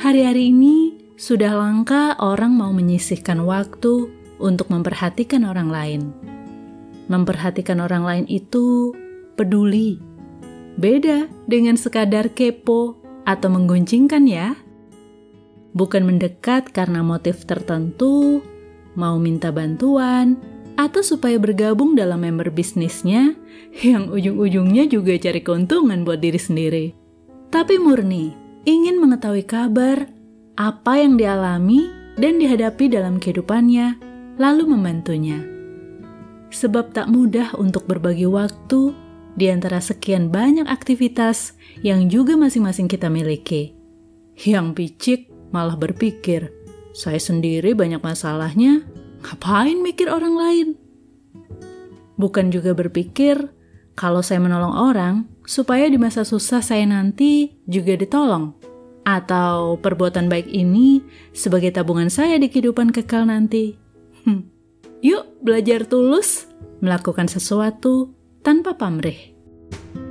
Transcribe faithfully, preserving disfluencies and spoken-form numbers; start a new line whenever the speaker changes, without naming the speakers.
Hari-hari ini sudah langka orang mau menyisihkan waktu untuk memperhatikan orang lain. Memperhatikan orang lain itu peduli. Beda dengan sekadar kepo atau menggunjingkan ya. Bukan mendekat karena motif tertentu, mau minta bantuan, atau supaya bergabung dalam member bisnisnya yang ujung-ujungnya juga cari keuntungan buat diri sendiri. Tapi murni ingin mengetahui kabar apa yang dialami dan dihadapi dalam kehidupannya, lalu membantunya. Sebab tak mudah untuk berbagi waktu di antara sekian banyak aktivitas yang juga masing-masing kita miliki. Yang picik malah berpikir, saya sendiri banyak masalahnya, ngapain mikir orang lain? Bukan juga berpikir, kalau saya menolong orang, supaya di masa susah saya nanti juga ditolong. Atau perbuatan baik ini sebagai tabungan saya di kehidupan kekal nanti. Hm. Yuk belajar tulus, melakukan sesuatu tanpa pamrih.